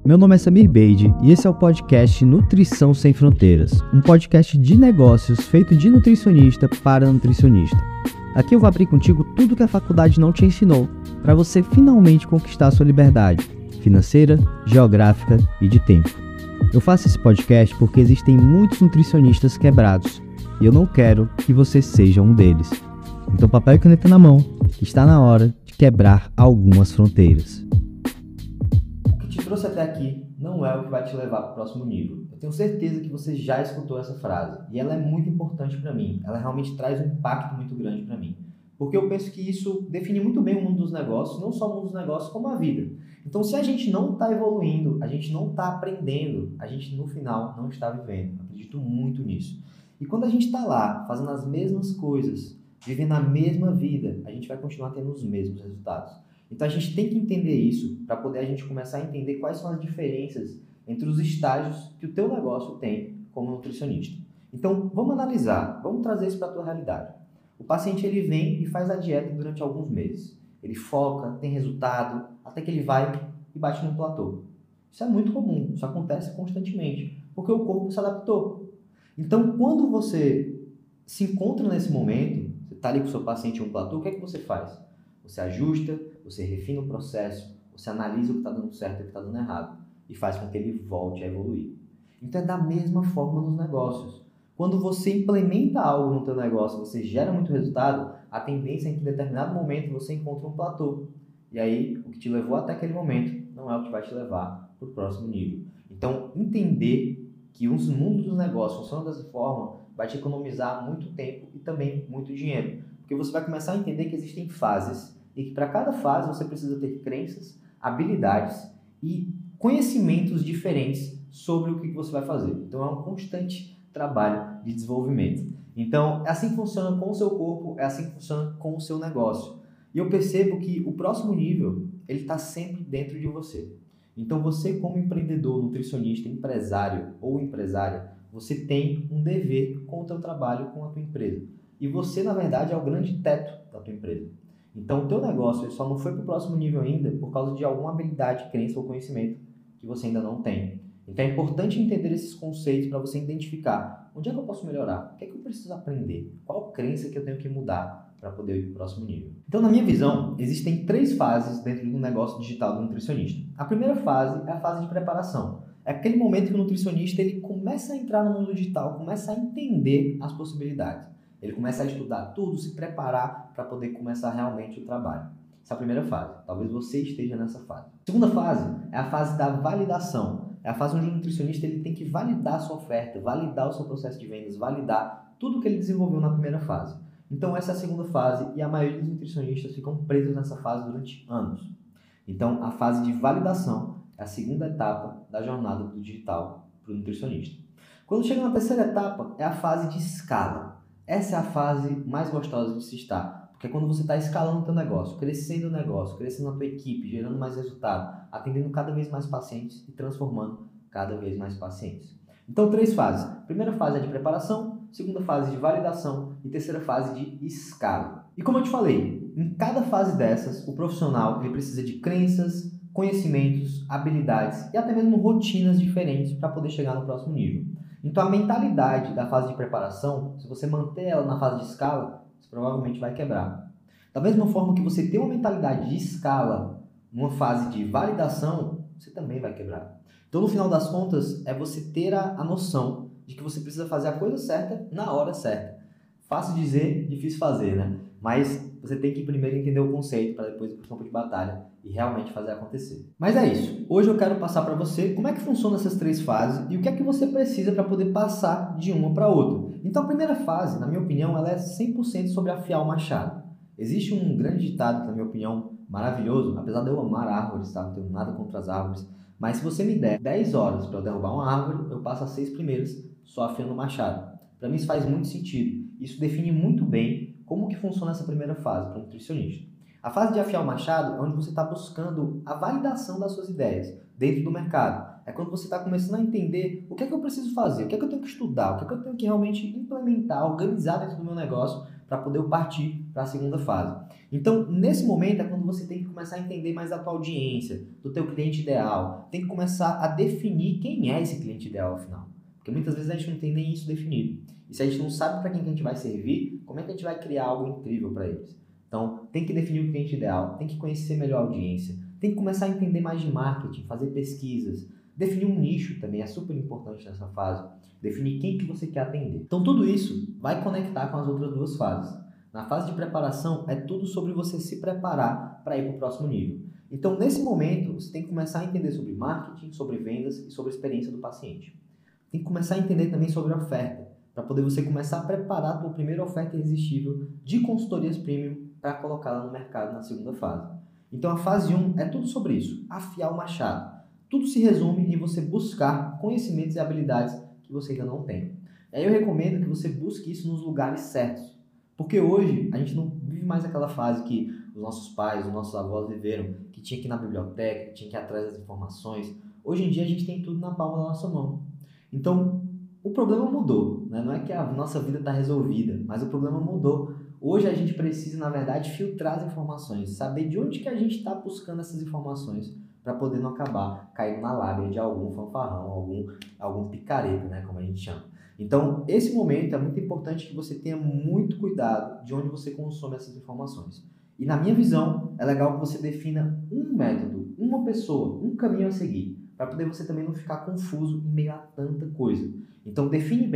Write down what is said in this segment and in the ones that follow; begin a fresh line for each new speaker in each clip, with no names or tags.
Meu nome é Samir Beide e esse é o podcast Nutrição Sem Fronteiras, um podcast de negócios feito de nutricionista para nutricionista. Aqui eu vou abrir contigo tudo que a faculdade não te ensinou, para você finalmente conquistar sua liberdade financeira, geográfica e de tempo. Eu faço esse podcast porque existem muitos nutricionistas quebrados e eu não quero que você seja um deles. Então papel e caneta na mão, está na hora de quebrar algumas fronteiras.
O que te trouxe até aqui não é o que vai te levar para o próximo nível. Eu tenho certeza que você já escutou essa frase e ela é muito importante para mim. Ela realmente traz um impacto muito grande para mim. Porque eu penso que isso define muito bem o mundo dos negócios, não só o mundo dos negócios, como a vida. Então, se a gente não está evoluindo, a gente não está aprendendo, a gente no final não está vivendo. Eu acredito muito nisso. E quando a gente está lá, fazendo as mesmas coisas, vivendo a mesma vida, a gente vai continuar tendo os mesmos resultados. Então, a gente tem que entender isso para poder a gente começar a entender quais são as diferenças entre os estágios que o teu negócio tem como nutricionista. Então, vamos analisar, vamos trazer isso para a tua realidade. O paciente ele vem e faz a dieta durante alguns meses. Ele foca, tem resultado, até que ele vai e bate no platô. Isso é muito comum, isso acontece constantemente, porque o corpo se adaptou. Então, quando você se encontra nesse momento, você está ali com o seu paciente em um platô, o que é que você faz? Você ajusta, você refina o processo, você analisa o que está dando certo e o que está dando errado e faz com que ele volte a evoluir. Então, é da mesma forma nos negócios. Quando você implementa algo no teu negócio, você gera muito resultado, a tendência é que em determinado momento você encontra um platô. E aí, o que te levou até aquele momento não é o que vai te levar para o próximo nível. Então, entender que os mundos dos negócios funcionam dessa forma vai te economizar muito tempo e também muito dinheiro. Porque você vai começar a entender que existem fases e que para cada fase você precisa ter crenças, habilidades e conhecimentos diferentes sobre o que você vai fazer. Então, é um constante trabalho de desenvolvimento. Então, é assim que funciona com o seu corpo, é assim que funciona com o seu negócio. E eu percebo que o próximo nível, ele está sempre dentro de você. Então, você como empreendedor, nutricionista, empresário ou empresária, você tem um dever com o teu trabalho, com a tua empresa. E você, na verdade, é o grande teto da tua empresa. Então, o teu negócio ele só não foi para o próximo nível ainda por causa de alguma habilidade, crença ou conhecimento que você ainda não tem. Então é importante entender esses conceitos para você identificar onde é que eu posso melhorar, o que é que eu preciso aprender, qual crença que eu tenho que mudar para poder ir para o próximo nível. Então, na minha visão, existem 3 fases dentro do negócio digital do nutricionista. A primeira fase é a fase de preparação. É aquele momento que o nutricionista ele começa a entrar no mundo digital, começa a entender as possibilidades. Ele começa a estudar tudo, se preparar para poder começar realmente o trabalho. Essa é a primeira fase. Talvez você esteja nessa fase. A segunda fase é a fase da validação. É a fase onde o nutricionista ele tem que validar a sua oferta, validar o seu processo de vendas, validar tudo que ele desenvolveu na primeira fase. Então essa é a segunda fase e a maioria dos nutricionistas ficam presos nessa fase durante anos. Então a fase de validação é a segunda etapa da jornada do digital para o nutricionista. Quando chega na terceira etapa é a fase de escala. Essa é a fase mais gostosa de se estar. Porque é quando você está escalando o teu negócio, crescendo o negócio, crescendo a tua equipe, gerando mais resultado, atendendo cada vez mais pacientes e transformando cada vez mais pacientes. Então, 3 fases. Primeira fase é de preparação, segunda fase de validação e terceira fase de escala. E como eu te falei, em cada fase dessas, o profissional ele precisa de crenças, conhecimentos, habilidades e até mesmo rotinas diferentes para poder chegar no próximo nível. Então, a mentalidade da fase de preparação, se você manter ela na fase de escala, você provavelmente vai quebrar. Da mesma forma que você tem uma mentalidade de escala numa fase de validação, você também vai quebrar. Então, no final das contas, é você ter a noção de que você precisa fazer a coisa certa na hora certa. Fácil dizer, difícil fazer, né? Mas você tem que primeiro entender o conceito para depois ir para o campo de batalha e realmente fazer acontecer. Mas é isso. Hoje eu quero passar para você como é que funcionam essas 3 fases e o que é que você precisa para poder passar de uma para outra. Então a primeira fase, na minha opinião, ela é 100% sobre afiar o machado. Existe um grande ditado que, na minha opinião, maravilhoso, apesar de eu amar árvores, tá? Não tenho nada contra as árvores, mas se você me der 10 horas para eu derrubar uma árvore, eu passo as 6 primeiras só afiando o machado. Para mim isso faz muito sentido. Isso define muito bem como que funciona essa primeira fase para um nutricionista. A fase de afiar o machado é onde você está buscando a validação das suas ideias dentro do mercado. É quando você está começando a entender o que é que eu preciso fazer, o que é que eu tenho que estudar, o que é que eu tenho que realmente implementar, organizar dentro do meu negócio para poder partir para a segunda fase. Então, nesse momento é quando você tem que começar a entender mais da tua audiência, do teu cliente ideal, tem que começar a definir quem é esse cliente ideal afinal. Porque muitas vezes a gente não tem nem isso definido. E se a gente não sabe para quem que a gente vai servir, como é que a gente vai criar algo incrível para eles? Então, tem que definir o cliente ideal, tem que conhecer melhor a audiência, tem que começar a entender mais de marketing, fazer pesquisas, definir um nicho também é super importante nessa fase, definir quem que você quer atender. Então, tudo isso vai conectar com as outras duas fases. Na fase de preparação, é tudo sobre você se preparar para ir para o próximo nível. Então, nesse momento, você tem que começar a entender sobre marketing, sobre vendas e sobre a experiência do paciente. Tem que começar a entender também sobre a oferta, para poder você começar a preparar a tua primeira oferta irresistível de consultorias premium para colocá-la no mercado na segunda fase. Então, a fase 1 é tudo sobre isso, afiar o machado. Tudo se resume em você buscar conhecimentos e habilidades que você ainda não tem. E aí eu recomendo que você busque isso nos lugares certos. Porque hoje a gente não vive mais aquela fase que os nossos pais, os nossos avós viveram, que tinha que ir na biblioteca, que tinha que ir atrás das informações. Hoje em dia a gente tem tudo na palma da nossa mão. Então, o problema mudou, né? Não é que a nossa vida está resolvida, mas o problema mudou. Hoje a gente precisa, na verdade, filtrar as informações, saber de onde que a gente está buscando essas informações para poder não acabar caindo na lábia de algum fanfarrão, algum picareta, né? Como a gente chama. Então, esse momento é muito importante que você tenha muito cuidado de onde você consome essas informações. E na minha visão, é legal que você defina um método, uma pessoa, um caminho a seguir, para poder você também não ficar confuso em meio a tanta coisa. Então, define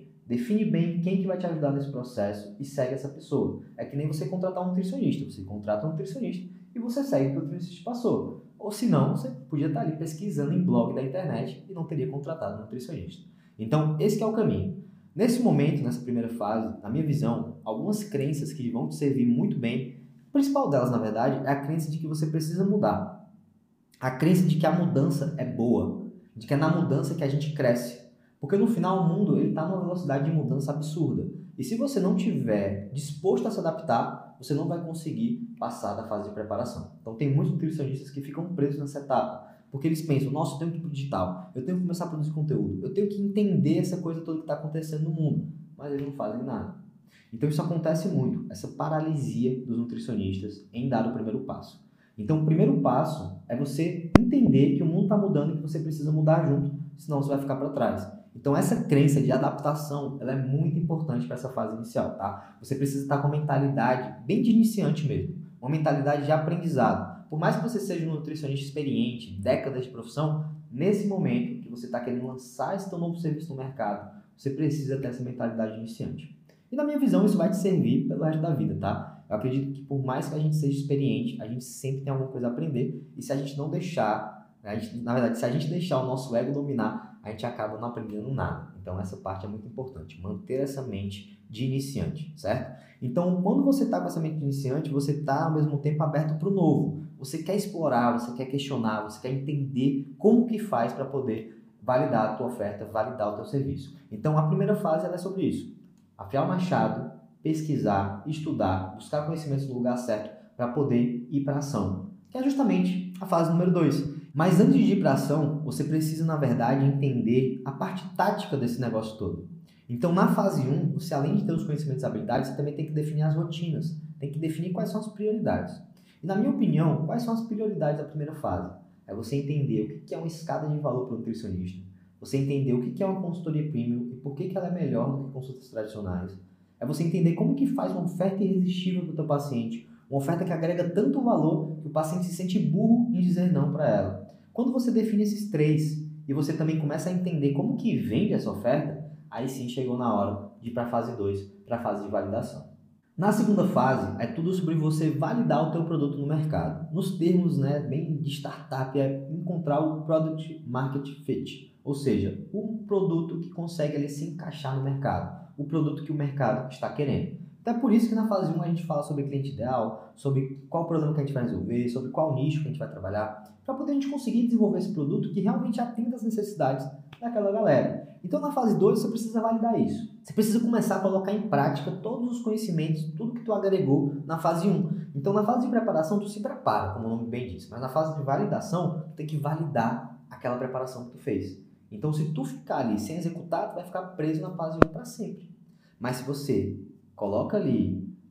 bem quem que vai te ajudar nesse processo e segue essa pessoa. É que nem você contratar um nutricionista. Você contrata um nutricionista e você segue o que o nutricionista passou. Ou se não, você podia estar ali pesquisando em blog da internet e não teria contratado um nutricionista. Então, esse que é o caminho. Nesse momento, nessa primeira fase, na minha visão, algumas crenças que vão te servir muito bem, a principal delas, na verdade, é a crença de que você precisa mudar. A crença de que a mudança é boa, de que é na mudança que a gente cresce. Porque no final o mundo está numa velocidade de mudança absurda. E se você não tiver disposto a se adaptar, você não vai conseguir passar da fase de preparação. Então tem muitos nutricionistas que ficam presos nessa etapa. Porque eles pensam, nossa, eu tenho que ir para o digital, eu tenho que começar a produzir conteúdo, eu tenho que entender essa coisa toda que está acontecendo no mundo. Mas eles não fazem nada. Então isso acontece muito, essa paralisia dos nutricionistas em dar o primeiro passo. Então o primeiro passo é você entender que o mundo está mudando e que você precisa mudar junto, senão você vai ficar para trás. Então essa crença de adaptação, ela é muito importante para essa fase inicial, tá? Você precisa estar com uma mentalidade bem de iniciante mesmo, uma mentalidade de aprendizado. Por mais que você seja um nutricionista experiente, décadas de profissão, nesse momento que você está querendo lançar esse teu novo serviço no mercado, você precisa ter essa mentalidade de iniciante. E na minha visão, isso vai te servir pelo resto da vida, tá? Eu acredito que por mais que a gente seja experiente, a gente sempre tem alguma coisa a aprender. E se a gente não deixar, na verdade, se a gente deixar o nosso ego dominar, a gente acaba não aprendendo nada. Então essa parte é muito importante, manter essa mente de iniciante, certo? Então quando você está com essa mente de iniciante, você está ao mesmo tempo aberto para o novo. Você quer explorar, você quer questionar, você quer entender como que faz para poder validar a tua oferta, validar o teu serviço. Então a primeira fase ela é sobre isso. Afiar o machado, pesquisar, estudar, buscar conhecimentos no lugar certo para poder ir para a ação, que é justamente a fase número 2. Mas antes de ir para a ação, você precisa, na verdade, entender a parte tática desse negócio todo. Então, na fase 1, você além de ter os conhecimentos e habilidades, você também tem que definir as rotinas, tem que definir quais são as prioridades. E, na minha opinião, quais são as prioridades da primeira fase? É você entender o que é uma escada de valor para o nutricionista, você entender o que é uma consultoria premium e por que ela é melhor do que consultas tradicionais. É você entender como que faz uma oferta irresistível para o teu paciente, uma oferta que agrega tanto valor que o paciente se sente burro em dizer não para ela. Quando você define esses 3 e você também começa a entender como que vende essa oferta, aí sim chegou na hora de ir para a fase 2, para a fase de validação. Na segunda fase, é tudo sobre você validar o teu produto no mercado. Nos termos bem de startup, é encontrar o Product Market Fit, ou seja, um produto que consegue ali se encaixar no mercado, o produto que o mercado está querendo. Então é por isso que na fase 1 a gente fala sobre cliente ideal, sobre qual problema que a gente vai resolver, sobre qual nicho que a gente vai trabalhar, para poder a gente conseguir desenvolver esse produto que realmente atenda as necessidades daquela galera. Então na fase 2 você precisa validar isso. Você precisa começar a colocar em prática todos os conhecimentos, tudo que tu agregou na fase 1. Então na fase de preparação tu se prepara, como o nome bem diz, mas na fase de validação tu tem que validar aquela preparação que tu fez. Então se tu ficar ali sem executar, tu vai ficar preso na fase 1 para sempre. Mas se você coloca ali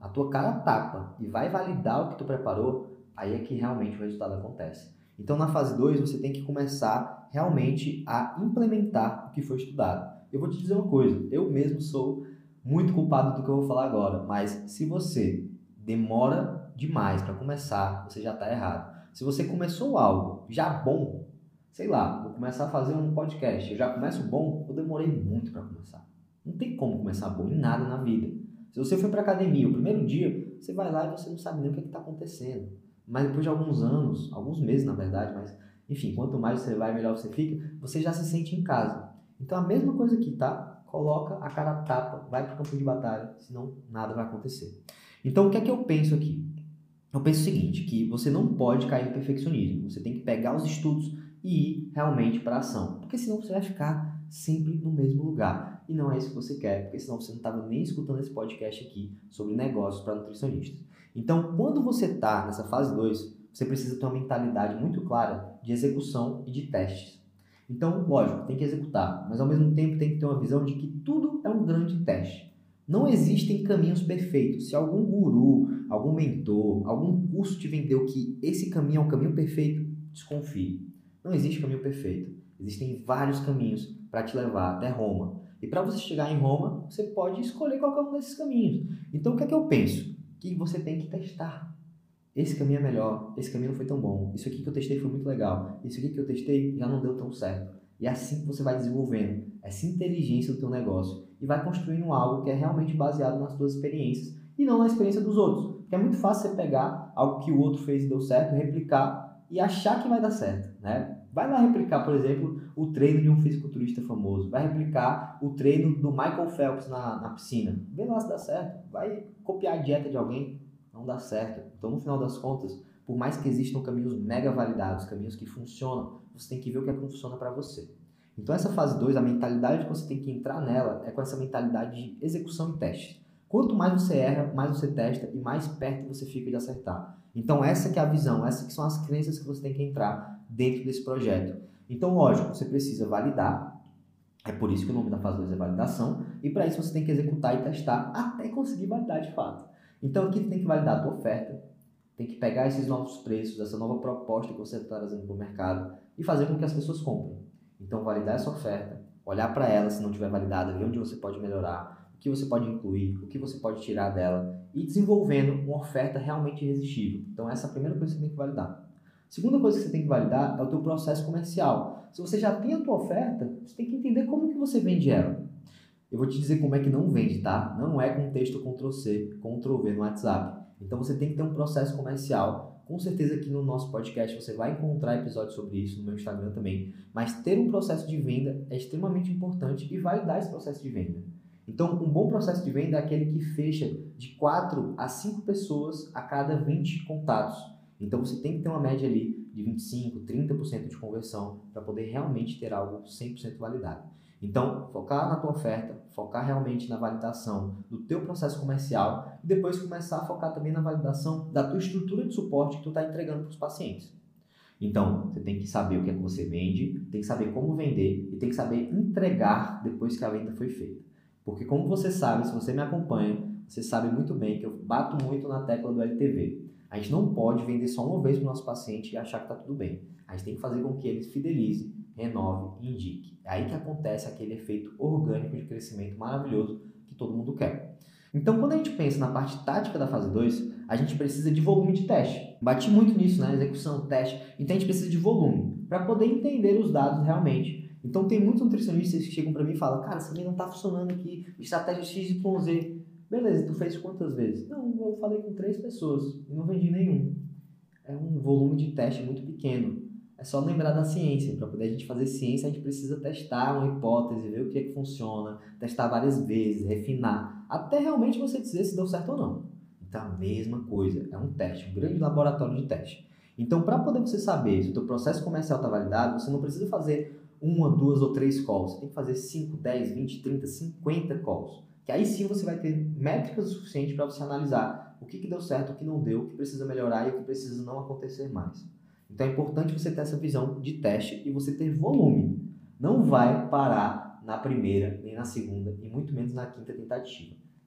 a tua cara tapa e vai validar o que tu preparou, aí é que realmente o resultado acontece. Então, na fase 2, você tem que começar realmente a implementar o que foi estudado. Eu vou te dizer uma coisa, eu mesmo sou muito culpado do que eu vou falar agora, mas se você demora demais para começar, você já está errado. Se você começou algo já bom, sei lá, vou começar a fazer um podcast, eu já começo bom, eu demorei muito para começar. Não tem como começar bom em nada na vida. Se você foi para academia o primeiro dia, você vai lá e você não sabe nem o que está acontecendo. Mas depois de alguns anos, alguns meses na verdade, mas enfim, quanto mais você vai, melhor você fica, você já se sente em casa. Então a mesma coisa aqui, tá? Coloca a cara a tapa, vai para o campo de batalha, senão nada vai acontecer. Então o que é que eu penso aqui? Eu penso o seguinte, que você não pode cair no perfeccionismo, você tem que pegar os estudos e ir realmente para a ação, porque senão você vai ficar sempre no mesmo lugar. E não é isso que você quer, porque senão você não estava nem escutando esse podcast aqui sobre negócios para nutricionistas. Então, quando você está nessa fase 2, você precisa ter uma mentalidade muito clara de execução e de testes. Então, lógico, tem que executar, mas ao mesmo tempo tem que ter uma visão de que tudo é um grande teste. Não existem caminhos perfeitos. Se algum guru, algum mentor, algum curso te vendeu que esse caminho é o caminho perfeito, desconfie. Não existe caminho perfeito. Existem vários caminhos para te levar até Roma. E para você chegar em Roma, você pode escolher qualquer um desses caminhos. Então, o que é que eu penso? Que você tem que testar. Esse caminho é melhor, esse caminho não foi tão bom, isso aqui que eu testei foi muito legal, isso aqui que eu testei já não deu tão certo. E é assim que você vai desenvolvendo essa inteligência do teu negócio e vai construindo algo que é realmente baseado nas tuas experiências e não na experiência dos outros. Porque é muito fácil você pegar algo que o outro fez e deu certo, replicar e achar que vai dar certo, né? Vai lá replicar, por exemplo, o treino de um fisiculturista famoso, vai replicar o treino do Michael Phelps na piscina, vê lá se dá certo, vai copiar a dieta de alguém, não dá certo. Então, no final das contas, por mais que existam caminhos mega validados, caminhos que funcionam, você tem que ver o que é que funciona para você. Então, essa fase 2, a mentalidade que você tem que entrar nela é com essa mentalidade de execução e teste. Quanto mais você erra, mais você testa e mais perto você fica de acertar. Então, essa que é a visão, essas que são as crenças que você tem que entrar dentro desse projeto. Então, lógico, você precisa validar, é por isso que o nome da fase 2 é validação, e para isso você tem que executar e testar até conseguir validar de fato. Então aqui tu tem que validar a tua oferta, tem que pegar esses novos preços, essa nova proposta que você está trazendo para o mercado e fazer com que as pessoas comprem. Então validar essa oferta, olhar para ela se não tiver validada, ver onde você pode melhorar, o que você pode incluir, o que você pode tirar dela e desenvolvendo uma oferta realmente irresistível. Então essa é a primeira coisa que você tem que validar. Segunda coisa que você tem que validar é o teu processo comercial. Se você já tem a tua oferta, você tem que entender como que você vende ela. Eu vou te dizer como é que não vende, tá? Não é com texto Ctrl+C, Ctrl+V no WhatsApp. Então você tem que ter um processo comercial. Com certeza aqui no nosso podcast você vai encontrar episódios sobre isso, no meu Instagram também. Mas ter um processo de venda é extremamente importante e validar esse processo de venda. Então um bom processo de venda é aquele que fecha de 4 a 5 pessoas a cada 20 contatos. Então você tem que ter uma média ali de 25, 30% de conversão para poder realmente ter algo 100% validado. Então, focar na tua oferta, focar realmente na validação do teu processo comercial e depois começar a focar também na validação da tua estrutura de suporte que tu está entregando para os pacientes. Então, você tem que saber o que é que você vende, tem que saber como vender e tem que saber entregar depois que a venda foi feita. Porque como você sabe, se você me acompanha, você sabe muito bem que eu bato muito na tecla do LTV. A gente não pode vender só uma vez para o nosso paciente e achar que está tudo bem. A gente tem que fazer com que ele fidelize, renove e indique. É aí que acontece aquele efeito orgânico de crescimento maravilhoso que todo mundo quer. Então, quando a gente pensa na parte tática da fase 2, a gente precisa de volume de teste. Bati muito nisso, né? Execução, teste. Então, a gente precisa de volume para poder entender os dados realmente. Então, tem muitos nutricionistas que chegam para mim e falam: cara, isso também não está funcionando aqui, estratégia XYZ. Beleza, tu fez quantas vezes? Não, eu falei com 3 pessoas e não vendi nenhum. É um volume de teste muito pequeno. É só lembrar da ciência. Para poder a gente fazer ciência, a gente precisa testar uma hipótese, ver o que é que funciona, testar várias vezes, refinar, até realmente você dizer se deu certo ou não. Então, a mesma coisa. É um teste, um grande laboratório de teste. Então, para poder você saber se o teu processo comercial está validado, você não precisa fazer 1, 2 ou 3 calls. Você tem que fazer 5, 10, 20, 30, 50 calls. Que aí sim você vai ter métricas o suficiente para você analisar o que deu certo, o que não deu, o que precisa melhorar e o que precisa não acontecer mais. Então é importante você ter essa visão de teste e você ter volume. Não vai parar na primeira, nem na segunda e muito menos na quinta tentativa.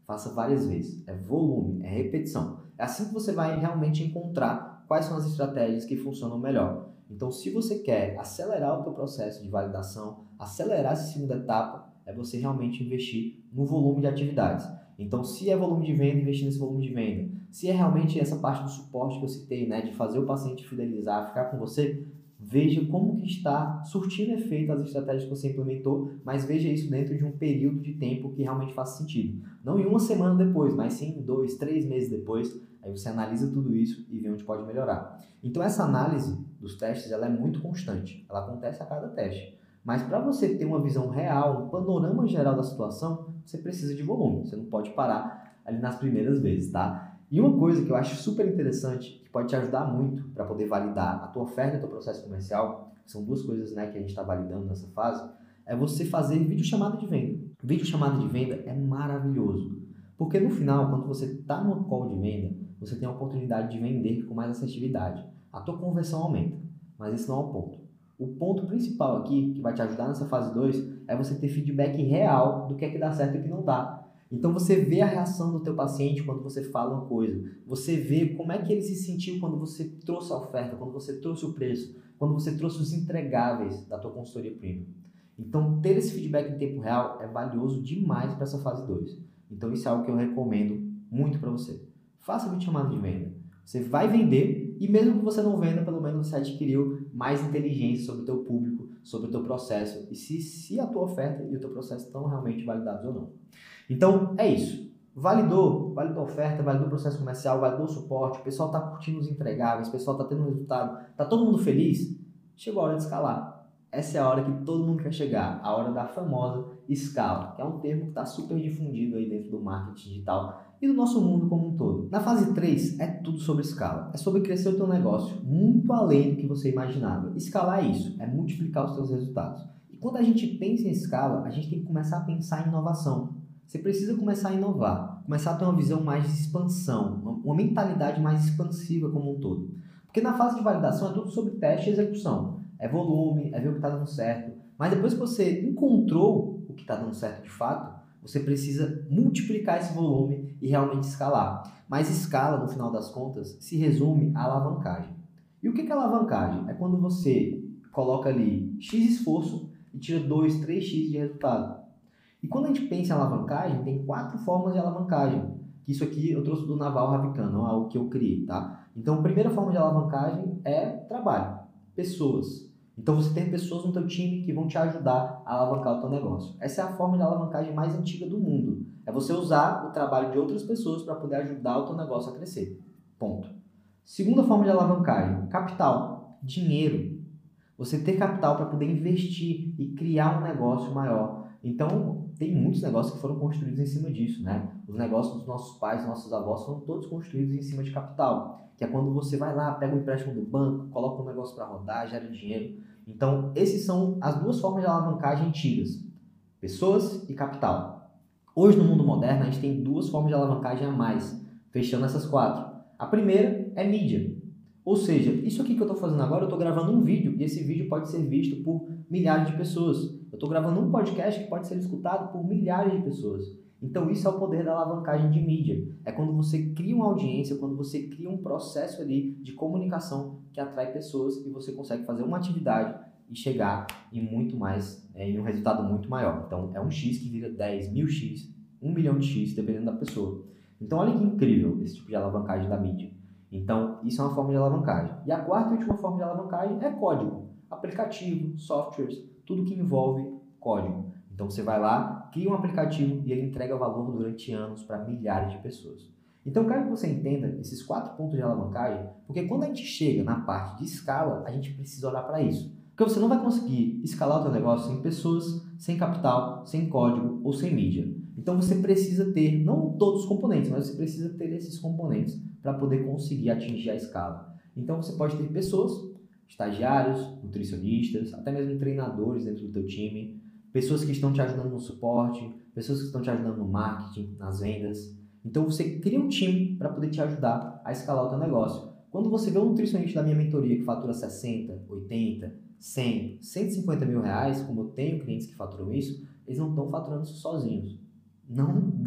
Faça várias vezes. É volume, é repetição. É assim que você vai realmente encontrar quais são as estratégias que funcionam melhor. Então, se você quer acelerar o teu processo de validação, acelerar essa segunda etapa, é você realmente investir no volume de atividades. Então, se é volume de venda, investir nesse volume de venda. Se é realmente essa parte do suporte que eu citei, né, de fazer o paciente fidelizar, ficar com você, veja como que está surtindo efeito as estratégias que você implementou, mas veja isso dentro de um período de tempo que realmente faça sentido. Não em uma semana depois, mas sim 2, 3 meses depois. Aí você analisa tudo isso e vê onde pode melhorar. Então essa análise dos testes ela é muito constante, ela acontece a cada teste. Mas para você ter uma visão real, um panorama geral da situação, você precisa de volume, você não pode parar ali nas primeiras vezes, tá? E uma coisa que eu acho super interessante, que pode te ajudar muito para poder validar a tua oferta e o teu processo comercial, que são duas coisas, né, que a gente está validando nessa fase, é você fazer videochamada de venda. Videochamada de venda é maravilhoso, porque no final, quando você está numa call de venda, você tem a oportunidade de vender com mais assertividade. A tua conversão aumenta, mas esse não é o ponto. O ponto principal aqui, que vai te ajudar nessa fase 2, é você ter feedback real do que é que dá certo e o que não dá. Então você vê a reação do teu paciente quando você fala uma coisa, você vê como é que ele se sentiu quando você trouxe a oferta, quando você trouxe o preço, quando você trouxe os entregáveis da tua consultoria premium. Então ter esse feedback em tempo real é valioso demais para essa fase 2. Então isso é algo que eu recomendo muito para você. Faça videochamada de venda. Você vai vender e mesmo que você não venda, pelo menos você adquiriu mais inteligência sobre o teu público, sobre o teu processo e se a tua oferta e o teu processo estão realmente validados ou não. Então, é isso. Validou a oferta, validou o processo comercial, validou o suporte, o pessoal está curtindo os entregáveis, o pessoal está tendo resultado, está todo mundo feliz? Chegou a hora de escalar. Essa é a hora que todo mundo quer chegar, a hora da famosa escala, que é um termo que está super difundido aí dentro do marketing digital e do nosso mundo como um todo. Na fase 3 é tudo sobre escala, é sobre crescer o teu negócio muito além do que você imaginava. Escalar é isso, é multiplicar os teus resultados. E quando a gente pensa em escala, a gente tem que começar a pensar em inovação. Você precisa começar a inovar, começar a ter uma visão mais de expansão, uma mentalidade mais expansiva como um todo. Porque na fase de validação é tudo sobre teste e execução. É volume, é ver o que está dando certo. Mas depois que você encontrou o que está dando certo de fato, você precisa multiplicar esse volume e realmente escalar. Mas escala, no final das contas, se resume à alavancagem. E o que é alavancagem? É quando você coloca ali X esforço e tira 2, 3X de resultado. E quando a gente pensa em alavancagem, tem 4 formas de alavancagem. Que isso aqui eu trouxe do Naval Ravikant, não é algo que eu criei, tá? Então, a primeira forma de alavancagem é trabalho, pessoas. Então, você tem pessoas no teu time que vão te ajudar a alavancar o teu negócio. Essa é a forma de alavancagem mais antiga do mundo. É você usar o trabalho de outras pessoas para poder ajudar o teu negócio a crescer. Ponto. Segunda forma de alavancagem, capital, dinheiro. Você ter capital para poder investir e criar um negócio maior. Então, tem muitos negócios que foram construídos em cima disso, né? Os negócios dos nossos pais, dos nossos avós foram todos construídos em cima de capital, que é quando você vai lá, pega um empréstimo do banco, coloca um negócio para rodar, gera dinheiro. Então, esses são as duas formas de alavancagem antigas, pessoas e capital. Hoje, no mundo moderno, a gente tem duas formas de alavancagem a mais, fechando essas 4. A primeira é mídia. Ou seja, isso aqui que eu estou fazendo agora, eu estou gravando um vídeo e esse vídeo pode ser visto por milhares de pessoas. Eu estou gravando um podcast que pode ser escutado por milhares de pessoas. Então isso é o poder da alavancagem de mídia. É quando você cria uma audiência, quando você cria um processo ali de comunicação que atrai pessoas e você consegue fazer uma atividade e chegar em muito mais, em um resultado muito maior. Então é um X que vira 10, 1000X, 1 milhão de X, dependendo da pessoa. Então olha que incrível esse tipo de alavancagem da mídia. Então, isso é uma forma de alavancagem. E a quarta e última forma de alavancagem é código. Aplicativo, softwares, tudo que envolve código. Então, você vai lá, cria um aplicativo e ele entrega valor durante anos para milhares de pessoas. Então, eu quero que você entenda esses 4 pontos de alavancagem, porque quando a gente chega na parte de escala, a gente precisa olhar para isso. Porque você não vai conseguir escalar o seu negócio sem pessoas, sem capital, sem código ou sem mídia. Então, você precisa ter, não todos os componentes, mas você precisa ter esses componentes para poder conseguir atingir a escala. Então, você pode ter pessoas, estagiários, nutricionistas, até mesmo treinadores dentro do teu time, pessoas que estão te ajudando no suporte, pessoas que estão te ajudando no marketing, nas vendas. Então, você cria um time para poder te ajudar a escalar o teu negócio. Quando você vê um nutricionista da minha mentoria que fatura 60, 80, 100, 150 mil reais, como eu tenho clientes que faturam isso, eles não estão faturando isso sozinhos. Não dá.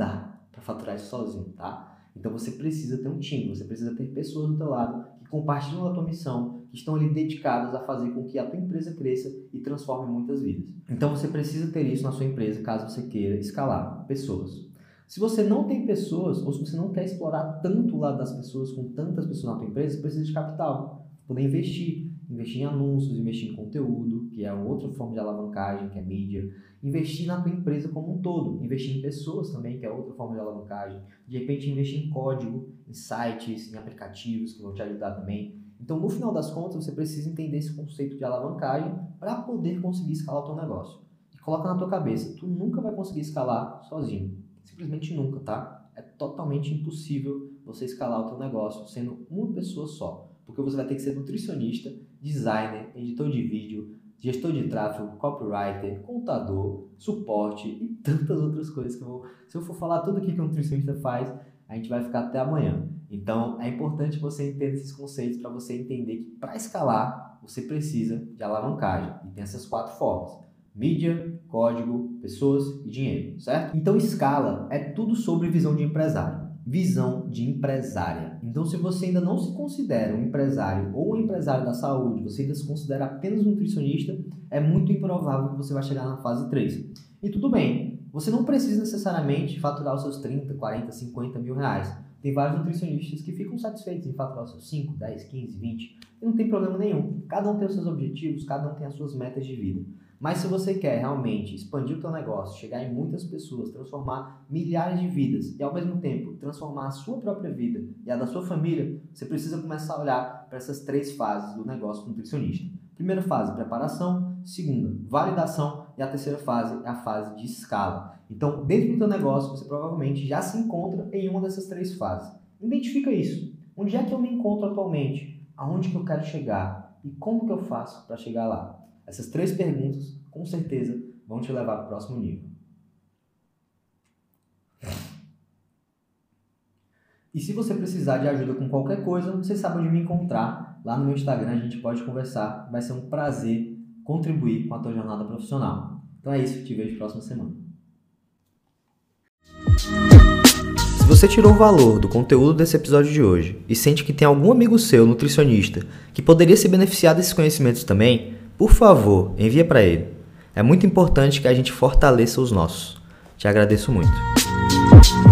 para faturar isso sozinho, tá? Então você precisa ter um time, você precisa ter pessoas do teu lado que compartilham da tua missão, que estão ali dedicadas a fazer com que a tua empresa cresça e transforme muitas vidas. Então você precisa ter isso na sua empresa caso você queira escalar pessoas. Se você não tem pessoas, ou se você não quer explorar tanto o lado das pessoas, com tantas pessoas na tua empresa, você precisa de capital, poder investir em anúncios, investir em conteúdo, que é outra forma de alavancagem, que é mídia, investir na tua empresa como um todo, investir em pessoas também, que é outra forma de alavancagem, de repente investir em código, em sites, em aplicativos que vão te ajudar também. Então, no final das contas, você precisa entender esse conceito de alavancagem para poder conseguir escalar o teu negócio. E coloca na tua cabeça, tu nunca vai conseguir escalar sozinho. Simplesmente nunca, tá? É totalmente impossível você escalar o teu negócio sendo uma pessoa só. Porque você vai ter que ser nutricionista, designer, editor de vídeo, gestor de tráfego, copywriter, contador, suporte e tantas outras coisas que se eu for falar tudo aqui que um nutricionista faz, a gente vai ficar até amanhã. Então, é importante você entender esses conceitos para você entender que para escalar, você precisa de alavancagem. E tem essas 4 formas: mídia, código, pessoas e dinheiro, certo? Então, escala é tudo sobre visão de empresário. Visão de empresária. Então, se você ainda não se considera um empresário ou um empresário da saúde, você ainda se considera apenas nutricionista, é muito improvável que você vai chegar na fase 3. E tudo bem, você não precisa necessariamente faturar os seus 30, 40, 50 mil reais. Tem vários nutricionistas que ficam satisfeitos em faturar os seus 5, 10, 15, 20, e não tem problema nenhum. Cada um tem os seus objetivos, cada um tem as suas metas de vida. Mas se você quer realmente expandir o teu negócio, chegar em muitas pessoas, transformar milhares de vidas e ao mesmo tempo transformar a sua própria vida e a da sua família, você precisa começar a olhar para essas 3 fases do negócio nutricionista. Primeira fase, preparação. Segunda, validação. E a terceira fase é a fase de escala. Então, dentro do teu negócio, você provavelmente já se encontra em uma dessas 3 fases. Identifica isso. Onde é que eu me encontro atualmente? Aonde que eu quero chegar? E como que eu faço para chegar lá? Essas 3 perguntas, com certeza, vão te levar para o próximo nível. E se você precisar de ajuda com qualquer coisa, você sabe onde me encontrar. Lá no meu Instagram a gente pode conversar. Vai ser um prazer contribuir com a tua jornada profissional. Então é isso, te vejo próxima semana. Se você tirou valor do conteúdo desse episódio de hoje e sente que tem algum amigo seu, nutricionista, que poderia se beneficiar desses conhecimentos também, por favor, envia para ele. É muito importante que a gente fortaleça os nossos. Te agradeço muito.